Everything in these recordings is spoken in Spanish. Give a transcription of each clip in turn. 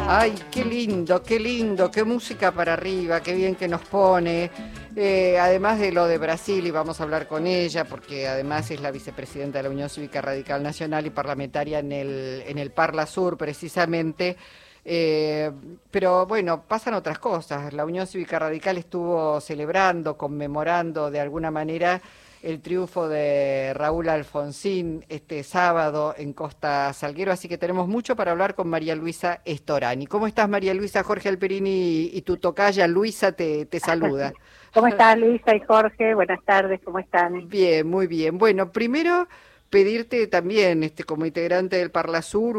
Ay, qué lindo, qué música para arriba, qué bien que nos pone. Además de lo de Brasil, y vamos a hablar con ella, porque además es la vicepresidenta de la Unión Cívica Radical Nacional y parlamentaria en el Parla Sur, precisamente. Eh, pero bueno, pasan otras cosas. La Unión Cívica Radical estuvo celebrando, conmemorando de alguna manera el triunfo de Raúl Alfonsín este sábado en Costa Salguero, así que tenemos mucho para hablar con María Luisa Storani. ¿Cómo estás, María Luisa? Jorge Alperini y tu tocaya Luisa te saluda. ¿Cómo estás, Luisa y Jorge? Buenas tardes, ¿cómo están? Bien, muy bien. Bueno, primero pedirte también, como integrante del Parla Sur,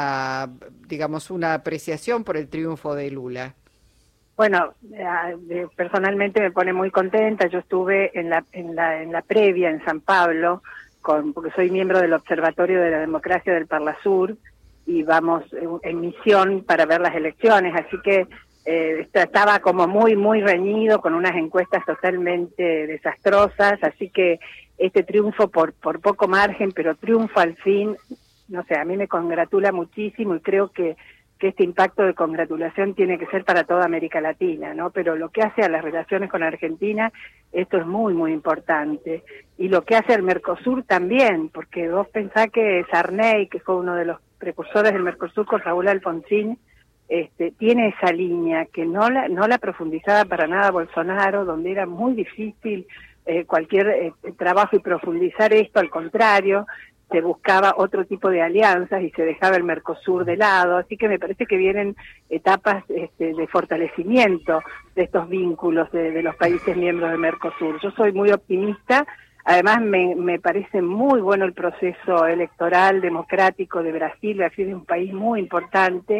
digamos, una apreciación por el triunfo de Lula. Bueno, personalmente me pone muy contenta. Yo estuve en la previa en San Pablo, porque soy miembro del Observatorio de la Democracia del Parla Sur, y vamos en misión para ver las elecciones, así que estaba como muy reñido, con unas encuestas totalmente desastrosas, así que este triunfo por poco margen, pero triunfo al fin, no sé, a mí me congratula muchísimo, y creo que este impacto de congratulación tiene que ser para toda América Latina, ¿no? Pero lo que hace a las relaciones con Argentina, esto es muy importante. Y lo que hace al Mercosur también, porque vos pensás que Sarney, que fue uno de los precursores del Mercosur con Raúl Alfonsín, tiene esa línea que no la profundizaba para nada Bolsonaro, donde era muy difícil cualquier trabajo y profundizar esto, al contrario, se buscaba otro tipo de alianzas y se dejaba el Mercosur de lado, así que me parece que vienen etapas de fortalecimiento de estos vínculos de los países miembros del Mercosur. Yo soy muy optimista, además me parece muy bueno el proceso electoral democrático de Brasil. Brasil es un país muy importante,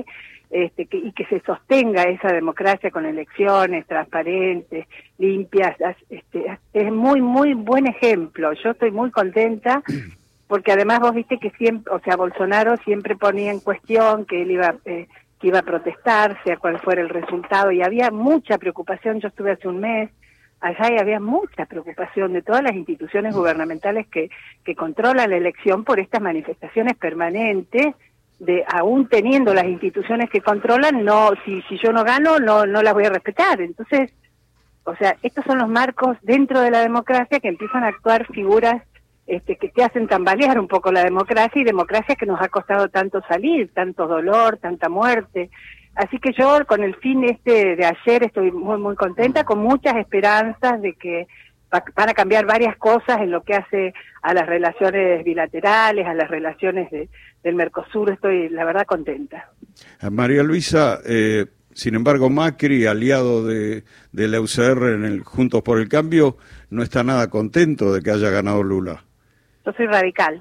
y que se sostenga esa democracia con elecciones transparentes, limpias, es muy buen ejemplo. Yo estoy muy contenta, porque además vos viste que siempre, o sea, Bolsonaro siempre ponía en cuestión que él que iba a protestar, sea cual fuera el resultado, y había mucha preocupación. Yo estuve hace un mes allá y había mucha preocupación de todas las instituciones gubernamentales que controlan la elección por estas manifestaciones permanentes, de aún teniendo las instituciones que controlan, no, si yo no gano, no las voy a respetar. Entonces, o sea, estos son los marcos dentro de la democracia, que empiezan a actuar figuras que te hacen tambalear un poco la democracia, y democracia que nos ha costado tanto salir, tanto dolor, tanta muerte. Así que yo con el fin de ayer estoy muy contenta, con muchas esperanzas de que van a cambiar varias cosas en lo que hace a las relaciones bilaterales, a las relaciones del Mercosur. Estoy, la verdad, contenta. María Luisa, sin embargo, Macri, aliado de la UCR en el Juntos por el Cambio, no está nada contento de que haya ganado Lula. Yo soy radical.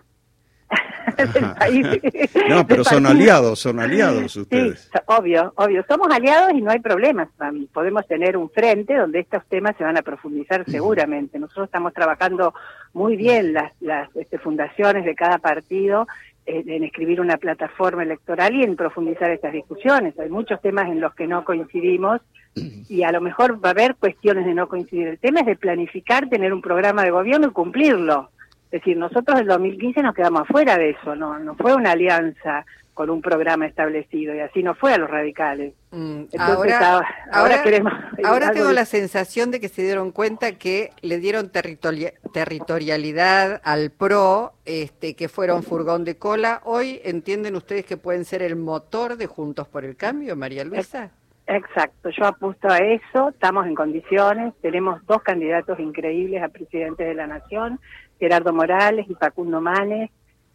Del país. No, pero son aliados ustedes. Sí, obvio, somos aliados y no hay problemas. Podemos tener un frente donde estos temas se van a profundizar seguramente. Nosotros estamos trabajando muy bien las fundaciones de cada partido en escribir una plataforma electoral y en profundizar estas discusiones. Hay muchos temas en los que no coincidimos, y a lo mejor va a haber cuestiones de no coincidir. El tema es de planificar, tener un programa de gobierno y cumplirlo. Es decir, nosotros en el 2015 nos quedamos afuera de eso, no fue una alianza con un programa establecido, y así no fue a los radicales. Entonces, ahora queremos... Ahora tengo la sensación de que se dieron cuenta que le dieron territorialidad al PRO, que fueron furgón de cola. Hoy entienden ustedes que pueden ser el motor de Juntos por el Cambio, María Luisa. Exacto, yo apuesto a eso, estamos en condiciones, tenemos dos candidatos increíbles a presidente de la Nación, Gerardo Morales y Facundo Manes.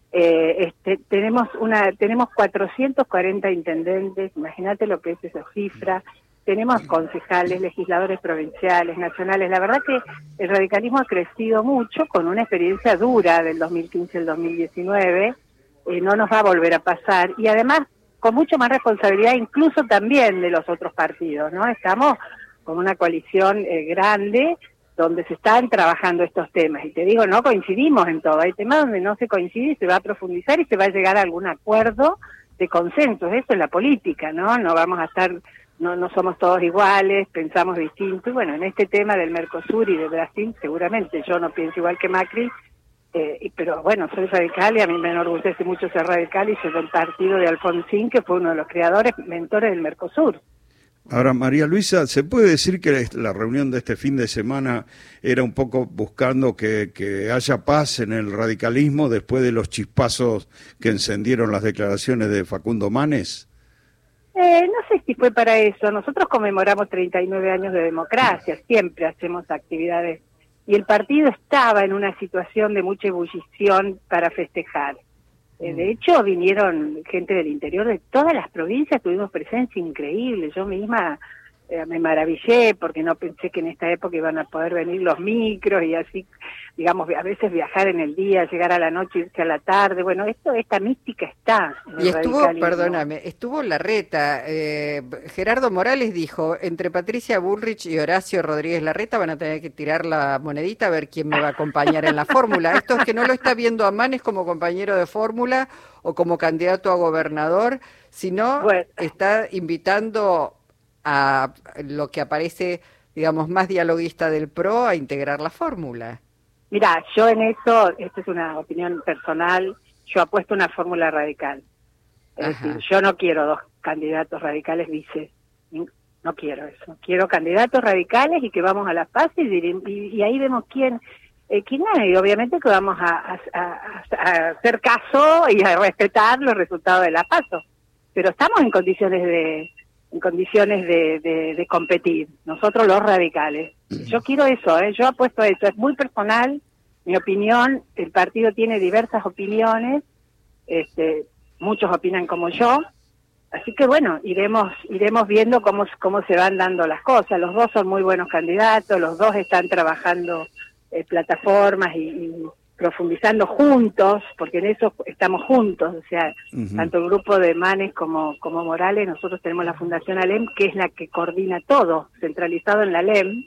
Tenemos 440 intendentes, imagínate lo que es esa cifra. Tenemos concejales, legisladores provinciales, nacionales. La verdad que el radicalismo ha crecido mucho, con una experiencia dura del 2015 al 2019, no nos va a volver a pasar, y además con mucho más responsabilidad incluso también de los otros partidos, ¿no? Estamos con una coalición grande, donde se están trabajando estos temas, y te digo, no coincidimos en todo, hay temas donde no se coincide y se va a profundizar y se va a llegar a algún acuerdo de consenso. Eso es la política, ¿no? No vamos a estar, no somos todos iguales, pensamos distinto, y bueno, en este tema del Mercosur y de Brasil, seguramente yo no pienso igual que Macri, Pero bueno, soy radical y a mí me enorgullece mucho ser radical y soy del partido de Alfonsín, que fue uno de los creadores, mentores del Mercosur. Ahora, María Luisa, ¿se puede decir que la reunión de este fin de semana era un poco buscando que haya paz en el radicalismo después de los chispazos que encendieron las declaraciones de Facundo Manes? No sé si fue para eso. Nosotros conmemoramos 39 años de democracia, siempre hacemos actividades. Y el partido estaba en una situación de mucha ebullición para festejar. De hecho, vinieron gente del interior de todas las provincias, tuvimos presencia increíble. Yo misma me maravillé porque no pensé que en esta época iban a poder venir los micros y así, digamos, a veces viajar en el día, llegar a la noche, irse a la tarde. Bueno, esta mística está en el Y estuvo, radicalismo. perdóname, estuvo Larreta. Gerardo Morales dijo, entre Patricia Bullrich y Horacio Rodríguez Larreta van a tener que tirar la monedita a ver quién me va a acompañar en la fórmula. Esto es que no lo está viendo a Manes como compañero de fórmula o como candidato a gobernador, sino está invitando a lo que aparece, digamos, más dialoguista del PRO a integrar la fórmula. Mira, yo en eso, esta es una opinión personal, yo apuesto una fórmula radical. Es decir, yo no quiero dos candidatos radicales vice, no quiero eso. Quiero candidatos radicales y que vamos a las paces y ahí vemos quién gana. Y obviamente que vamos a hacer caso y a respetar los resultados de la PASO. Pero estamos en condiciones de competir, nosotros los radicales. Yo quiero eso, yo apuesto a eso, es muy personal, mi opinión, el partido tiene diversas opiniones, muchos opinan como yo, así que bueno, iremos viendo cómo se van dando las cosas. Los dos son muy buenos candidatos, los dos están trabajando plataformas y profundizando juntos, porque en eso estamos juntos, o sea, tanto el grupo de Manes como Morales. Nosotros tenemos la Fundación ALEM, que es la que coordina todo, centralizado en la ALEM,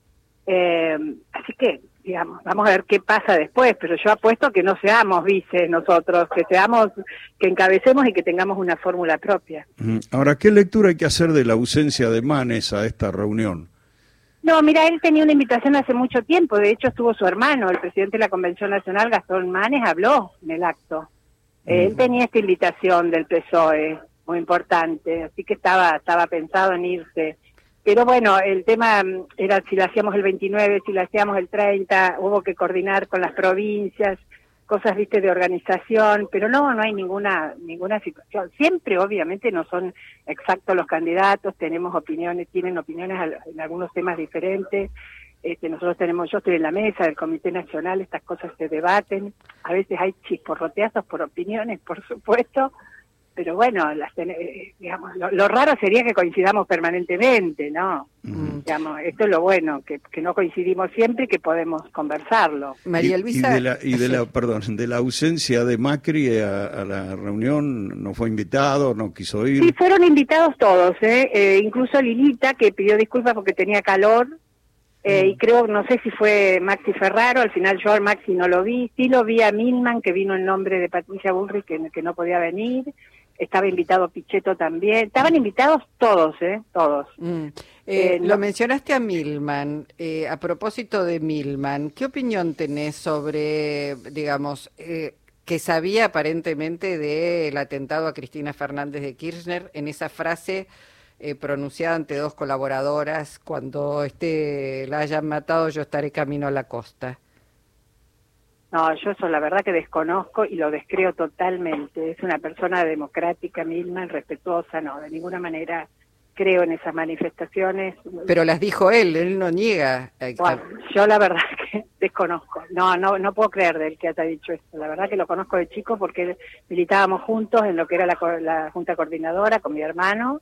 así que, digamos, vamos a ver qué pasa después, pero yo apuesto que no seamos vice nosotros, que encabecemos y que tengamos una fórmula propia. Ahora, ¿qué lectura hay que hacer de la ausencia de Manes a esta reunión? No, mira, él tenía una invitación hace mucho tiempo, de hecho estuvo su hermano, el presidente de la Convención Nacional, Gastón Manes, habló en el acto. Él tenía esta invitación del PSOE, muy importante, así que estaba pensado en irse. Pero bueno, el tema era si lo hacíamos el 29, si lo hacíamos el 30, hubo que coordinar con las provincias, cosas, viste, de organización, pero no hay ninguna situación. Siempre, obviamente, no son exactos los candidatos, tenemos opiniones, tienen opiniones en algunos temas diferentes. Nosotros yo estoy en la mesa del Comité Nacional, estas cosas se debaten, a veces hay chisporroteazos por opiniones, por supuesto, pero bueno, digamos, lo raro sería que coincidamos permanentemente, ¿no? Digamos, esto es lo bueno, que no coincidimos siempre y que podemos conversarlo. María Luisa... de la ausencia de Macri a la reunión, ¿no fue invitado, no quiso ir? Sí, fueron invitados todos, incluso Lilita, que pidió disculpas porque tenía calor, y creo, no sé si fue Maxi Ferraro, al final yo al Maxi no lo vi, sí lo vi a Milman, que vino en nombre de Patricia Bullrich, que no podía venir. Estaba invitado Pichetto también, estaban invitados todos, todos. Lo mencionaste a Milman, a propósito de Milman, ¿qué opinión tenés sobre, digamos, que sabía aparentemente del atentado a Cristina Fernández de Kirchner en esa frase pronunciada ante dos colaboradoras: cuando la hayan matado yo estaré camino a la costa? No, yo eso la verdad que desconozco y lo descreo totalmente. Es una persona democrática, Milman, respetuosa, no, de ninguna manera creo en esas manifestaciones. Pero las dijo él no niega. Bueno, yo la verdad que desconozco. No puedo creer de él que haya dicho esto. La verdad que lo conozco de chico porque militábamos juntos en lo que era la Junta Coordinadora con mi hermano.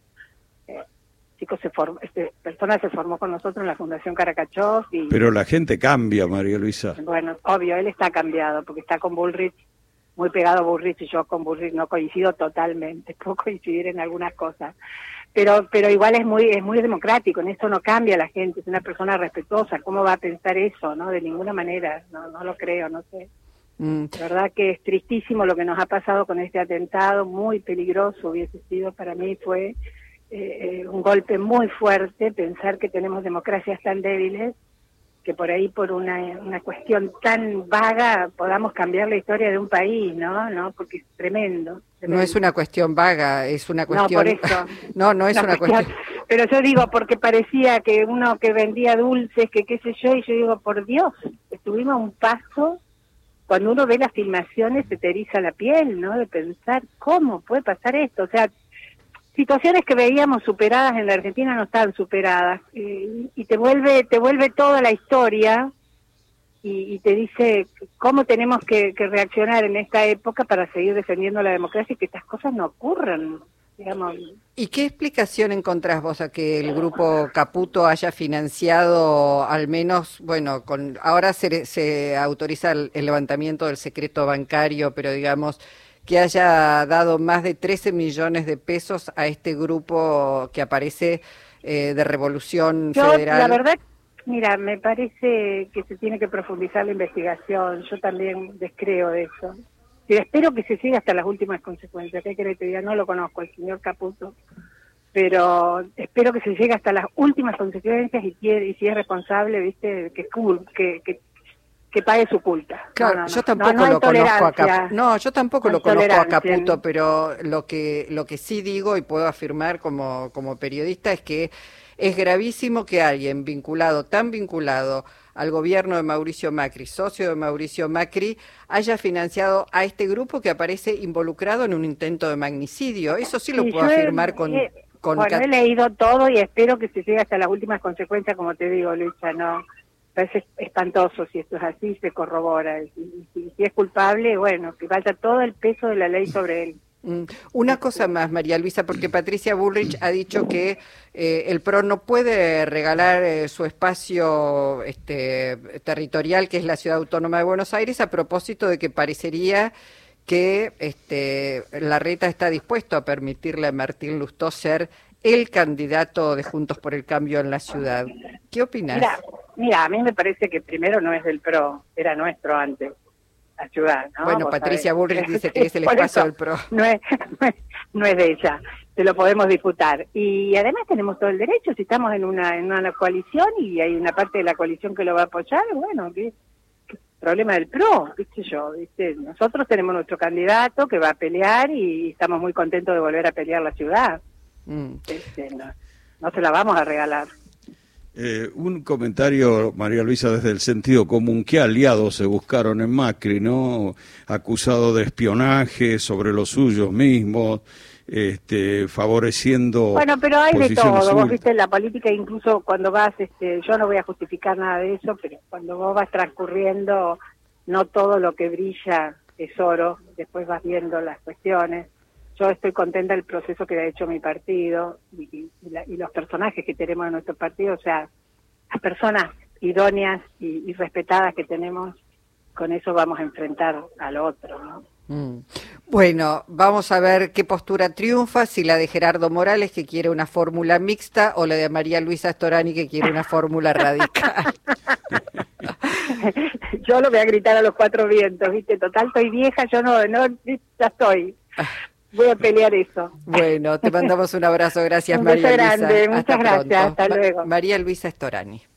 Persona se formó con nosotros en la Fundación Caracachós. Pero la gente cambia, María Luisa. Bueno, obvio, él está cambiado, porque está con Bullrich, muy pegado a Bullrich, y yo con Bullrich no coincido totalmente, puedo coincidir en algunas cosas. Pero igual es muy democrático, en esto no cambia la gente, es una persona respetuosa, ¿cómo va a pensar eso? No, de ninguna manera, no lo creo, no sé. La verdad que es tristísimo lo que nos ha pasado con este atentado, muy peligroso hubiese sido, para mí fue un golpe muy fuerte pensar que tenemos democracias tan débiles que por ahí por una cuestión tan vaga podamos cambiar la historia de un país, ¿no? Porque es tremendo. No es una cuestión vaga, es una cuestión... No, por eso. No es una cuestión... Pero yo digo, porque parecía que uno que vendía dulces, que qué sé yo, y yo digo, por Dios, estuvimos a un paso, cuando uno ve las filmaciones se te eriza la piel, ¿no? De pensar, ¿cómo puede pasar esto? O sea, situaciones que veíamos superadas en la Argentina no están superadas, y te vuelve toda la historia, y te dice cómo tenemos que reaccionar en esta época para seguir defendiendo la democracia y que estas cosas no ocurran, digamos. ¿Y qué explicación encontrás vos a que el grupo Caputo haya financiado al menos, bueno, ahora se autoriza el levantamiento del secreto bancario, pero digamos que haya dado más de 13 millones de pesos a este grupo que aparece de Revolución Federal? La verdad, mira, me parece que se tiene que profundizar la investigación. Yo también descreo de eso. Y espero que se llegue hasta las últimas consecuencias. ¿Qué querés que te diga? No lo conozco, el señor Caputo, pero espero que se llegue hasta las últimas consecuencias y si es responsable, viste, que pague su culpa. Claro, yo tampoco lo conozco a Caputo. No, yo tampoco lo conozco a Caputo, pero lo que sí digo y puedo afirmar como periodista es que es gravísimo que alguien tan vinculado al gobierno de Mauricio Macri, socio de Mauricio Macri, haya financiado a este grupo que aparece involucrado en un intento de magnicidio. Eso sí lo puedo afirmar con... Bueno, he leído todo y espero que se llegue hasta las últimas consecuencias, como te digo, Luisa, ¿no? Parece espantoso si esto es así, se corrobora. Y si es culpable, bueno, que vaya todo el peso de la ley sobre él. Una cosa más, María Luisa, porque Patricia Bullrich ha dicho que el PRO no puede regalar su espacio territorial, que es la Ciudad Autónoma de Buenos Aires, a propósito de que parecería que Larreta está dispuesto a permitirle a Martín Lustó ser el candidato de Juntos por el Cambio en la ciudad. ¿Qué opinás? Mira, a mí me parece que primero no es del PRO, era nuestro antes. La ciudad, ¿no? Bueno, Patricia Bullrich dice que es el espacio del PRO. No es de ella, se lo podemos disputar. Y además tenemos todo el derecho, si estamos en una coalición y hay una parte de la coalición que lo va a apoyar, bueno, ¿qué problema del PRO? ¿Viste yo? ¿Viste? Nosotros tenemos nuestro candidato que va a pelear y estamos muy contentos de volver a pelear la ciudad. No se la vamos a regalar. Un comentario, María Luisa, desde el sentido común. ¿Qué aliados se buscaron en Macri, no? Acusado de espionaje sobre los suyos mismos, favoreciendo... Bueno, pero hay de todo. Vos viste en la política, incluso cuando vas, yo no voy a justificar nada de eso, pero cuando vos vas transcurriendo, no todo lo que brilla es oro, después vas viendo las cuestiones. Yo estoy contenta del proceso que ha hecho mi partido y los personajes que tenemos en nuestro partido, o sea, las personas idóneas y respetadas que tenemos, con eso vamos a enfrentar al otro, ¿no? Bueno, vamos a ver qué postura triunfa, si la de Gerardo Morales, que quiere una fórmula mixta, o la de María Luisa Storani, que quiere una fórmula radical. Yo lo voy a gritar a los cuatro vientos, ¿viste? Total, estoy vieja, yo no ya estoy. Voy a pelear eso. Bueno, te mandamos un abrazo. Gracias, María Luisa. Un beso grande, muchas gracias. Pronto. Hasta luego. María Luisa Storani.